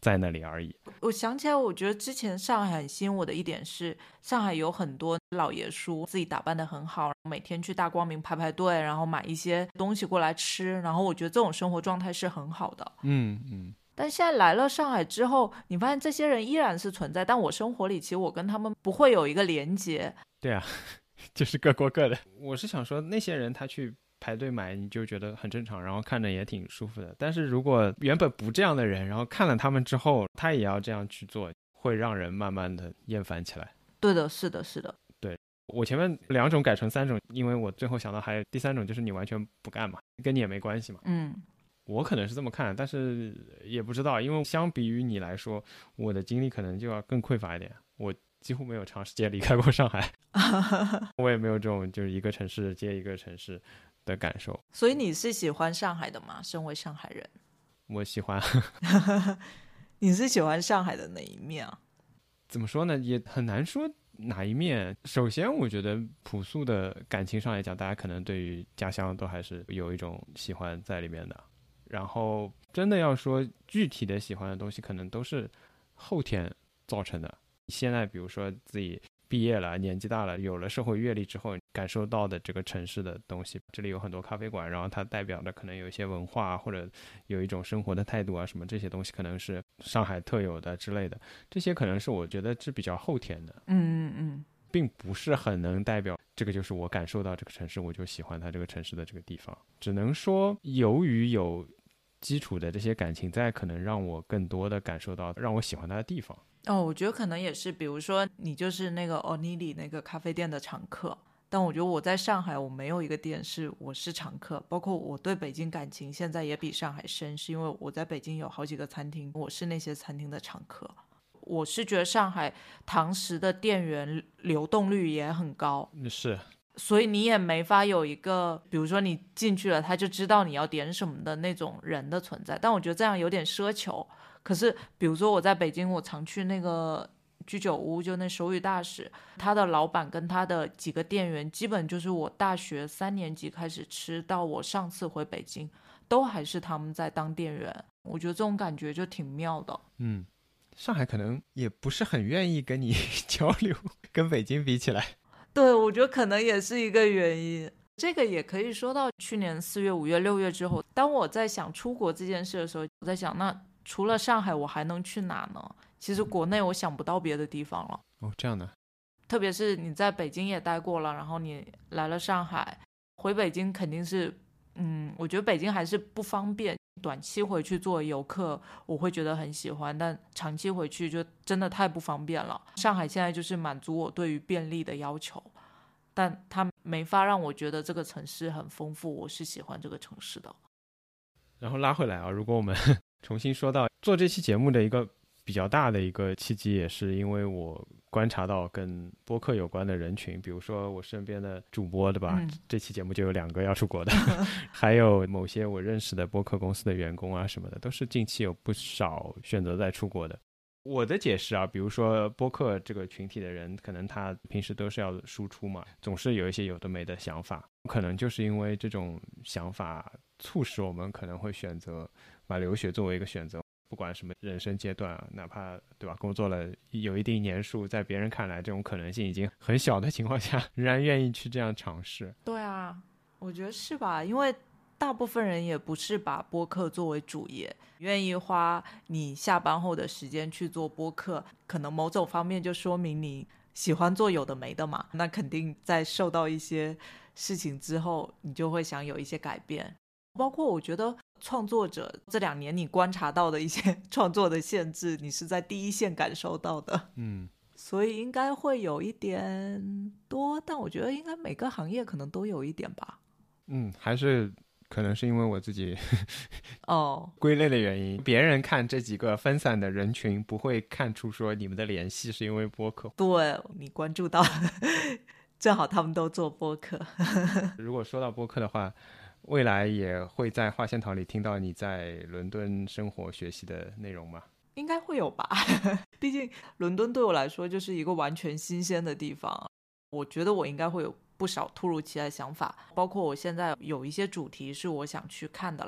在那里而已。 我想起来，我觉得之前上海很吸引我的一点是，上海有很多老爷叔自己打扮得很好，每天去大光明排排队，然后买一些东西过来吃，然后我觉得这种生活状态是很好的。 嗯嗯。 但现在来了上海之后，你发现这些人依然是存在，但我生活里其实我跟他们不会有一个连接。 对啊，就是各过各的。我是想说，那些人他去排队买，你就觉得很正常，然后看着也挺舒服的。但是如果原本不这样的人，然后看了他们之后，他也要这样去做，会让人慢慢的厌烦起来。 对的，是的，是的。 对，我前面两种改成三种，因为我最后想到还有第三种，就是你完全不干嘛，跟你也没关系嘛。 嗯。 我可能是这么看，但是也不知道，因为相比于你来说，我的经历可能就要更匮乏一点。我几乎没有长时间离开过上海，我也没有这种就是一个城市接一个城市的感受。 所以你是喜欢上海的吗？身为上海人。 我喜欢。 你是喜欢上海的哪一面啊？ 怎么说呢，也很难说哪一面。首先我觉得朴素的感情上来讲，大家可能对于家乡都还是有一种喜欢在里面的。然后真的要说具体的喜欢的东西，可能都是后天造成的。现在比如说自己毕业了，年纪大了，有了社会阅历之后，感受到的这个城市的东西，这里有很多咖啡馆，然后它代表的可能有一些文化，或者有一种生活的态度啊什么，这些东西可能是上海特有的之类的，这些可能是我觉得是比较后天的。 嗯嗯嗯， 并不是很能代表这个就是我感受到这个城市我就喜欢它这个城市的这个地方。只能说由于有基础的这些感情在，可能让我更多的感受到让我喜欢它的地方。 哦，我觉得可能也是，比如说你就是那个 Onili 那个咖啡店的常客，但我觉得我在上海我没有一个店是我是常客，包括我对北京感情现在也比上海深，是因为我在北京有好几个餐厅，我是那些餐厅的常客。我是觉得上海堂食的店员流动率也很高， 是， 所以你也没法有一个比如说你进去了他就知道你要点什么的那种人的存在，但我觉得这样有点奢求。可是比如说我在北京，我常去那个居酒屋，就那手语大使，他的老板跟他的几个店员基本就是我大学三年级开始吃到我上次回北京都还是他们在当店员，我觉得这种感觉就挺妙的。 嗯，上海可能也不是很愿意跟你交流，跟北京比起来。 对，我觉得可能也是一个原因。这个也可以说到去年四月五月六月之后，当我在想出国这件事的时候，我在想那除了上海我还能去哪呢？其实国内我想不到别的地方了。 哦，这样的。 特别是你在北京也待过了，然后你来了上海，回北京肯定是嗯，我觉得北京还是不方便，短期回去做游客我会觉得很喜欢，但长期回去就真的太不方便了。上海现在就是满足我对于便利的要求，但它没法让我觉得这个城市很丰富，我是喜欢这个城市的。 然后拉回来啊，如果我们重新说到做这期节目的一个比较大的一个契机，也是因为我观察到跟播客有关的人群，比如说我身边的主播，对吧、嗯、这期节目就有两个要出国的还有某些我认识的播客公司的员工啊什么的，都是近期有不少选择在出国的。我的解释啊，比如说播客这个群体的人，可能他平时都是要输出嘛，总是有一些有的没的想法，可能就是因为这种想法促使我们可能会选择把留学作为一个选择，不管什么人生阶段啊，哪怕对吧，工作了有一定年数，在别人看来这种可能性已经很小的情况下，仍然愿意去这样尝试。 对啊，我觉得是吧，因为大部分人也不是把播客作为主业，愿意花你下班后的时间去做播客，可能某种方面就说明你喜欢做有的没的嘛，那肯定在受到一些事情之后你就会想有一些改变。包括我觉得创作者这两年你观察到的一些创作的限制，你是在第一线感受到的， 嗯， 所以应该会有一点多，但我觉得应该每个行业可能都有一点吧。 嗯，还是可能是因为我自己哦归类的原因，别人看这几个分散的人群不会看出说你们的联系是因为播客。 对，你关注到正好他们都做播客如果说到播客的话，未来也会在划线讨里听到你在伦敦生活学习的内容吗？ 应该会有吧毕竟伦敦对我来说就是一个完全新鲜的地方，我觉得我应该会有不少突如其来的想法，包括我现在有一些主题是我想去看的了，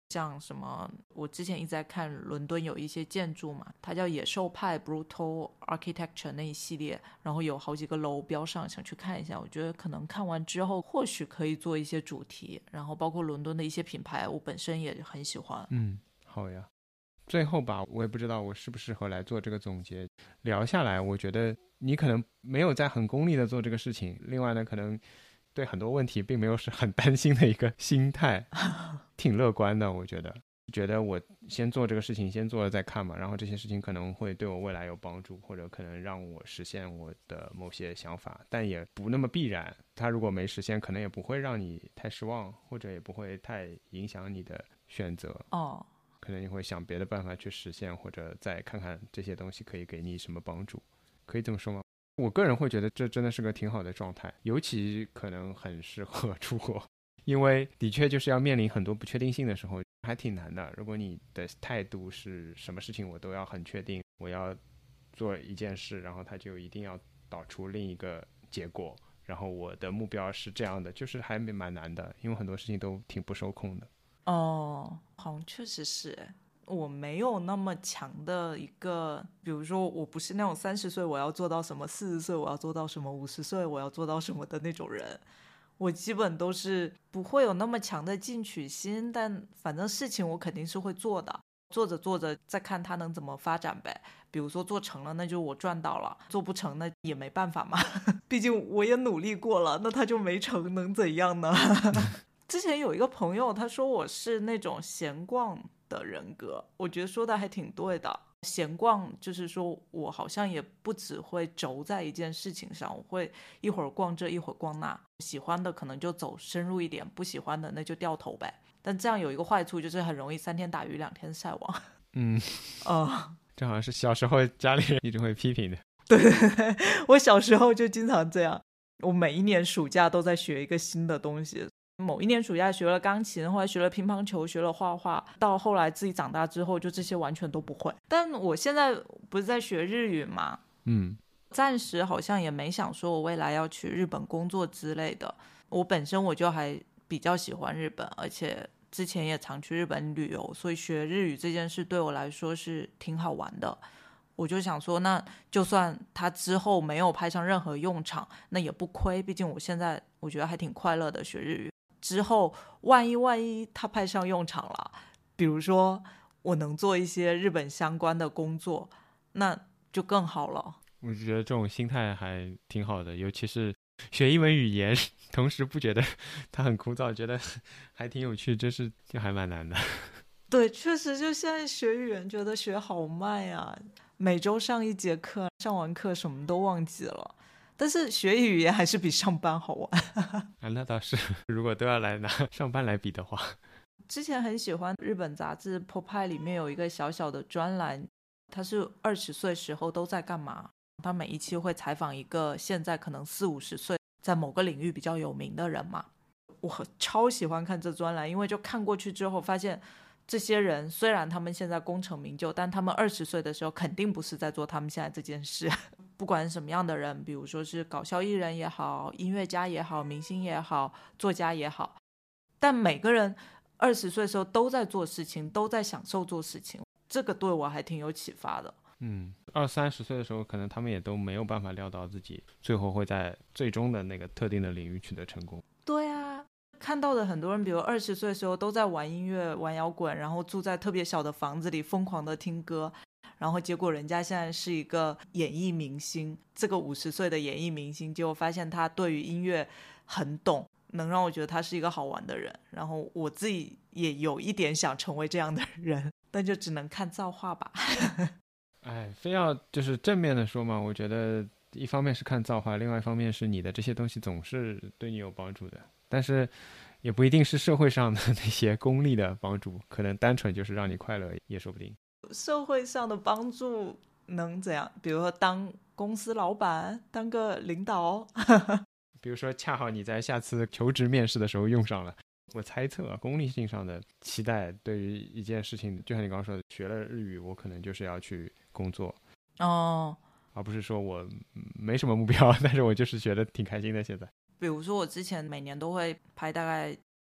像什么我之前一直在看伦敦有一些建筑嘛，它叫野兽派 Brutal Architecture 那一系列，然后有好几个楼标上，想去看一下。我觉得可能看完之后或许可以做一些主题，然后包括伦敦的一些品牌我本身也很喜欢。 嗯，好呀。最后吧，我也不知道我适不适合来做这个总结。聊下来我觉得你可能没有在很功利的做这个事情，另外呢可能对很多问题并没有是很担心的一个心态，挺乐观的。我觉得觉得我先做这个事情，先做了再看嘛，然后这些事情可能会对我未来有帮助，或者可能让我实现我的某些想法，但也不那么必然。它如果没实现，可能也不会让你太失望，或者也不会太影响你的选择。 哦， 可能你会想别的办法去实现，或者再看看这些东西可以给你什么帮助，可以这么说吗？我个人会觉得这真的是个挺好的状态，尤其可能很适合出国，因为的确就是要面临很多不确定性的时候，还挺难的。如果你的态度是什么事情我都要很确定，我要做一件事，然后它就一定要导出另一个结果，然后我的目标是这样的，就是还蛮难的，因为很多事情都挺不受控的。 哦，好像确实是，我没有那么强的一个，比如说我不是那种三十岁我要做到什么，四十岁我要做到什么，五十岁我要做到什么的那种人。我基本都是不会有那么强的进取心，但反正事情我肯定是会做的，做着做着再看它能怎么发展呗。比如说做成了那就我赚到了，做不成那也没办法嘛毕竟我也努力过了，那它就没成能怎样呢之前有一个朋友他说我是那种闲逛的人格，我觉得说的还挺对的。闲逛就是说我好像也不只会轴在一件事情上，我会一会儿逛这一会儿逛那，喜欢的可能就走深入一点，不喜欢的那就掉头呗。但这样有一个坏处，就是很容易三天打鱼两天晒网。 嗯， 呃， 这好像是小时候家里人一直会批评的。 对对对，我小时候就经常这样，我每一年暑假都在学一个新的东西。某一年暑假学了钢琴，后来学了乒乓球，学了画画，到后来自己长大之后就这些完全都不会。但我现在不是在学日语嘛， 嗯， 暂时好像也没想说我未来要去日本工作之类的。我本身我就还比较喜欢日本，而且之前也常去日本旅游，所以学日语这件事对我来说是挺好玩的。我就想说，那就算他之后没有派上任何用场，那也不亏，毕竟我现在我觉得还挺快乐的学日语。之后万一万一他派上用场了，比如说我能做一些日本相关的工作，那就更好了。 我觉得这种心态还挺好的，尤其是学一门语言同时不觉得它很枯燥，觉得还挺有趣，这是就还蛮难的。 对，确实就现在学语言觉得学好慢呀，每周上一节课，上完课什么都忘记了。但是学语言还是比上班好玩啊，那倒是，如果都要来拿上班来比的话。 之前很喜欢日本杂志 Popeye 里面有一个小小的专栏，他是二十岁时候都在干嘛，他每一期会采访一个现在可能四五十岁在某个领域比较有名的人嘛。我超喜欢看这专栏，因为就看过去之后发现这些人虽然他们现在功成名就，但他们二十岁的时候肯定不是在做他们现在这件事。不管什么样的人，比如说是搞笑艺人也好，音乐家也好，明星也好，作家也好，但每个人二十岁的时候都在做事情，都在享受做事情，这个对我还挺有启发的。 嗯，二三十岁的时候可能他们也都没有办法料到自己最后会在最终的那个特定的领域取得成功。 对啊，看到的很多人比如二十岁的时候都在玩音乐玩摇滚，然后住在特别小的房子里疯狂的听歌，然后结果人家现在是一个演艺明星，这个五十岁的演艺明星，结果发现他对于音乐很懂，能让我觉得他是一个好玩的人，然后我自己也有一点想成为这样的人，但就只能看造化吧。 哎，非要就是正面的说嘛，我觉得一方面是看造化，另外一方面是你的这些东西总是对你有帮助的，但是也不一定是社会上的那些功利的帮助，可能单纯就是让你快乐也说不定。 社会上的帮助能怎样？比如说当公司老板，当个领导比如说恰好你在下次求职面试的时候用上了。我猜测啊，功利性上的期待对于一件事情，就像你刚刚说的，学了日语我可能就是要去工作哦， 而不是说我没什么目标，但是我就是觉得挺开心的现在。 比如说我之前每年都会拍大概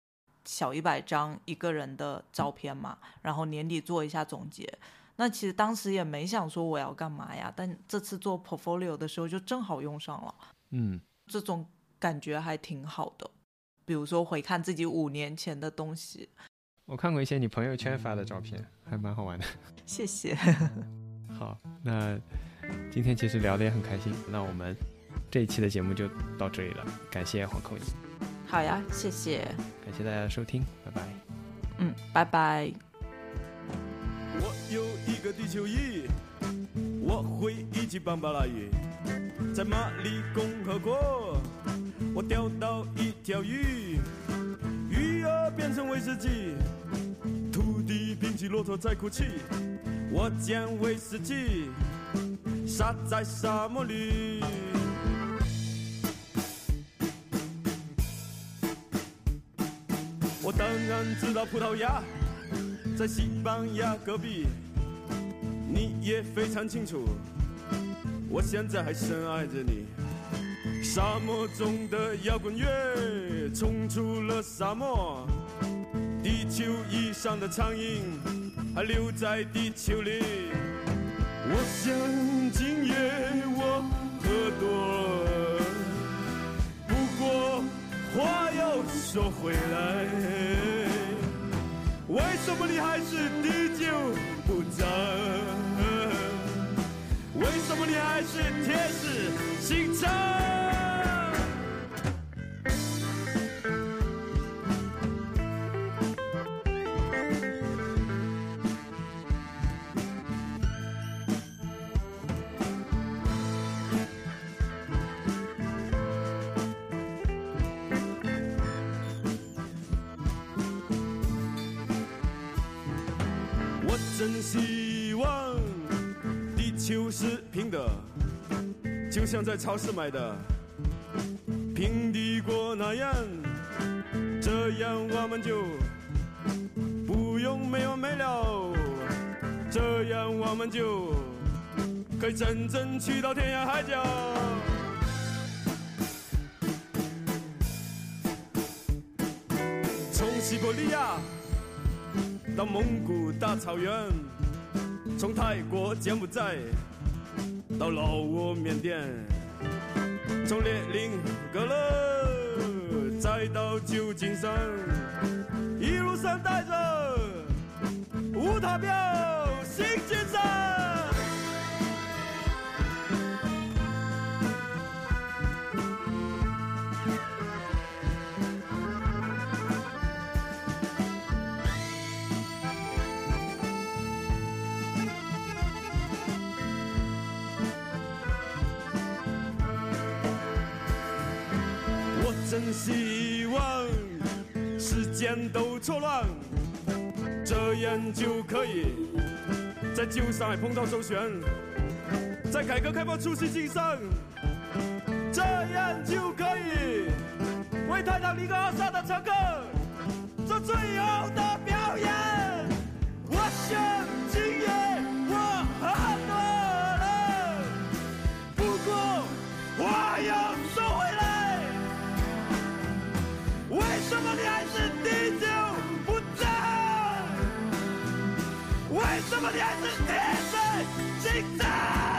小一百张一个人的照片嘛，然后年底做一下总结。那其实当时也没想说我要干嘛呀，但这次做 portfolio 的时候就正好用上了。 嗯， 这种感觉还挺好的。比如说回看自己五年前的东西， 我看过一些你朋友圈发的照片，还蛮好玩的。 谢谢。 好，那今天其实聊得也很开心，那我们这一期的节目就到这里了，感谢黄口音。 好呀，谢谢， 感谢大家的收听，拜拜。 嗯，拜拜。 我有一个地球仪，我会一起棒巴拉鱼，在马里共和国，我钓到一条鱼，鱼儿变成威士忌，土地平起骆驼在哭泣，我将威士忌撒在沙漠里。我当然知道葡萄牙在西班牙隔壁，你也非常清楚，我现在还深爱着你。沙漠中的摇滚乐冲出了沙漠，地球仪上的苍蝇还留在地球里。我想今夜我喝多了，不过话又说回来，为什么你还是滴酒不沾？为什么你还是铁石心肠？真希望地球是平的，就像在超市买的平底锅那样，这样我们就不用没完没了，这样我们就可以真正去到天涯海角。从西伯利亚到蒙古大草原，从泰国柬埔寨到老挝缅甸，从列宁格勒再到旧金山，一路上带着无塔标新金山。真希望时间都错乱，这样就可以在旧上海碰到周旋，在改革开放初期经商，这样就可以为泰坦尼克号上的乘客做最后的表演。我想今夜我喝多了，不过话要说回来，为什么你还是滴酒不沾？为什么你还是铁石心肠？